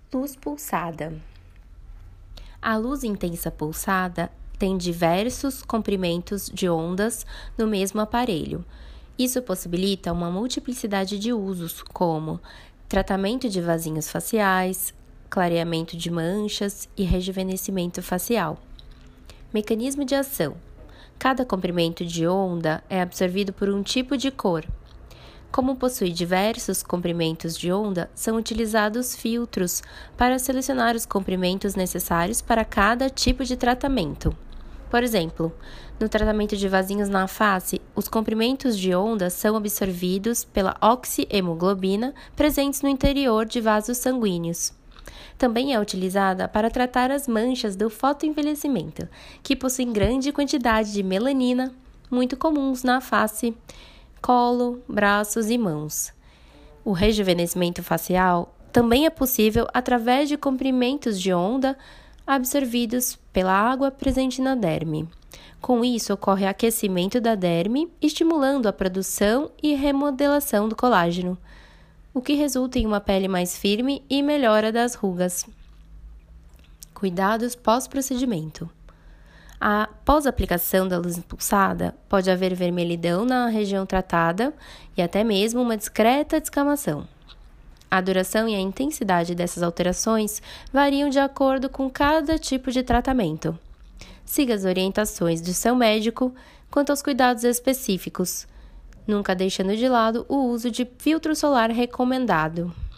Luz pulsada. A luz intensa pulsada tem diversos comprimentos de ondas no mesmo aparelho. Isso possibilita uma multiplicidade de usos, como tratamento de vasinhos faciais, clareamento de manchas e rejuvenescimento facial. Mecanismo de ação. Cada comprimento de onda é absorvido por um tipo de cor. Como possui diversos comprimentos de onda, são utilizados filtros para selecionar os comprimentos necessários para cada tipo de tratamento. Por exemplo, no tratamento de vasinhos na face, os comprimentos de onda são absorvidos pela oxihemoglobina presentes no interior de vasos sanguíneos. Também é utilizada para tratar as manchas do fotoenvelhecimento, que possuem grande quantidade de melanina, muito comuns na face, colo, braços e mãos. O rejuvenescimento facial também é possível através de comprimentos de onda absorvidos pela água presente na derme. Com isso, ocorre aquecimento da derme, estimulando a produção e remodelação do colágeno, o que resulta em uma pele mais firme e melhora das rugas. Cuidados pós-procedimento. Após a aplicação da luz pulsada, pode haver vermelhidão na região tratada e até mesmo uma discreta descamação. A duração e a intensidade dessas alterações variam de acordo com cada tipo de tratamento. Siga as orientações do seu médico quanto aos cuidados específicos, nunca deixando de lado o uso de filtro solar recomendado.